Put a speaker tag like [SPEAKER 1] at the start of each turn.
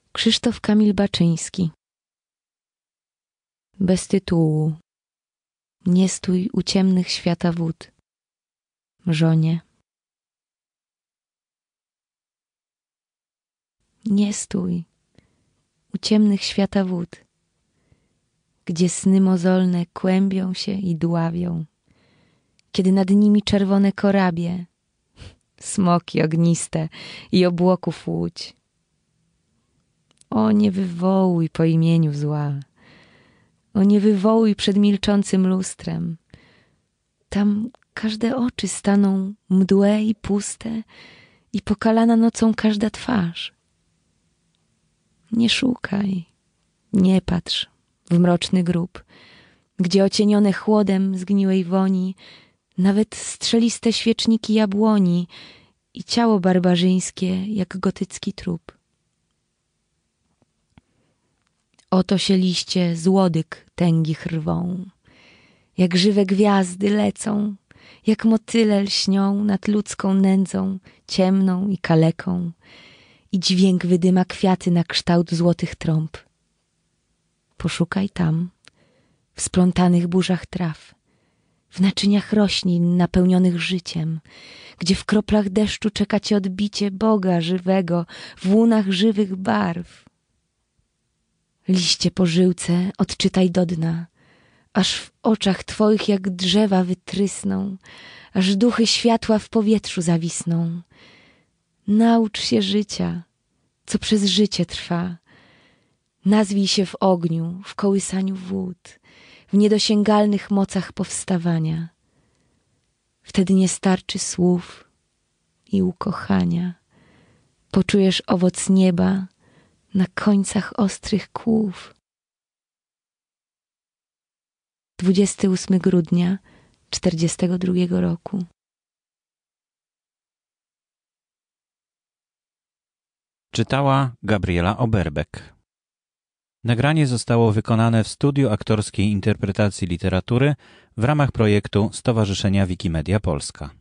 [SPEAKER 1] Krzysztof Kamil Baczyński. Bez tytułu. Nie stój u ciemnych świata wód. Żonie. Nie stój u ciemnych świata wód, gdzie sny mozolne kłębią się i dławią, kiedy nad nimi czerwone korabie, smoki ogniste i obłoków łódź. O, nie wywołuj po imieniu zła, o, nie wywołuj przed milczącym lustrem. Tam każde oczy staną mdłe i puste i pokalana nocą każda twarz. Nie szukaj, nie patrz w mroczny grób, gdzie ocienione chłodem zgniłej woni nawet strzeliste świeczniki jabłoni i ciało barbarzyńskie jak gotycki trup. Oto się liście z łodyg tęgich rwą, jak żywe gwiazdy lecą, jak motyle lśnią nad ludzką nędzą, ciemną i kaleką, i dźwięk wydyma kwiaty na kształt złotych trąb. Poszukaj tam, w splątanych burzach traw, w naczyniach roślin napełnionych życiem, gdzie w kroplach deszczu czeka cię odbicie Boga żywego w łunach żywych barw. Liście po żyłce odczytaj do dna, aż w oczach twoich jak drzewa wytrysną, aż duchy światła w powietrzu zawisną. Naucz się życia, co przez życie trwa. Nazwij się w ogniu, w kołysaniu wód, w niedosięgalnych mocach powstawania. Wtedy nie starczy słów i ukochania. Poczujesz owoc nieba na końcach ostrych kłów. 28 grudnia 1942 roku.
[SPEAKER 2] Czytała Gabriela Oberbek. Nagranie zostało wykonane w Studiu Aktorskiej Interpretacji Literatury w ramach projektu Stowarzyszenia Wikimedia Polska.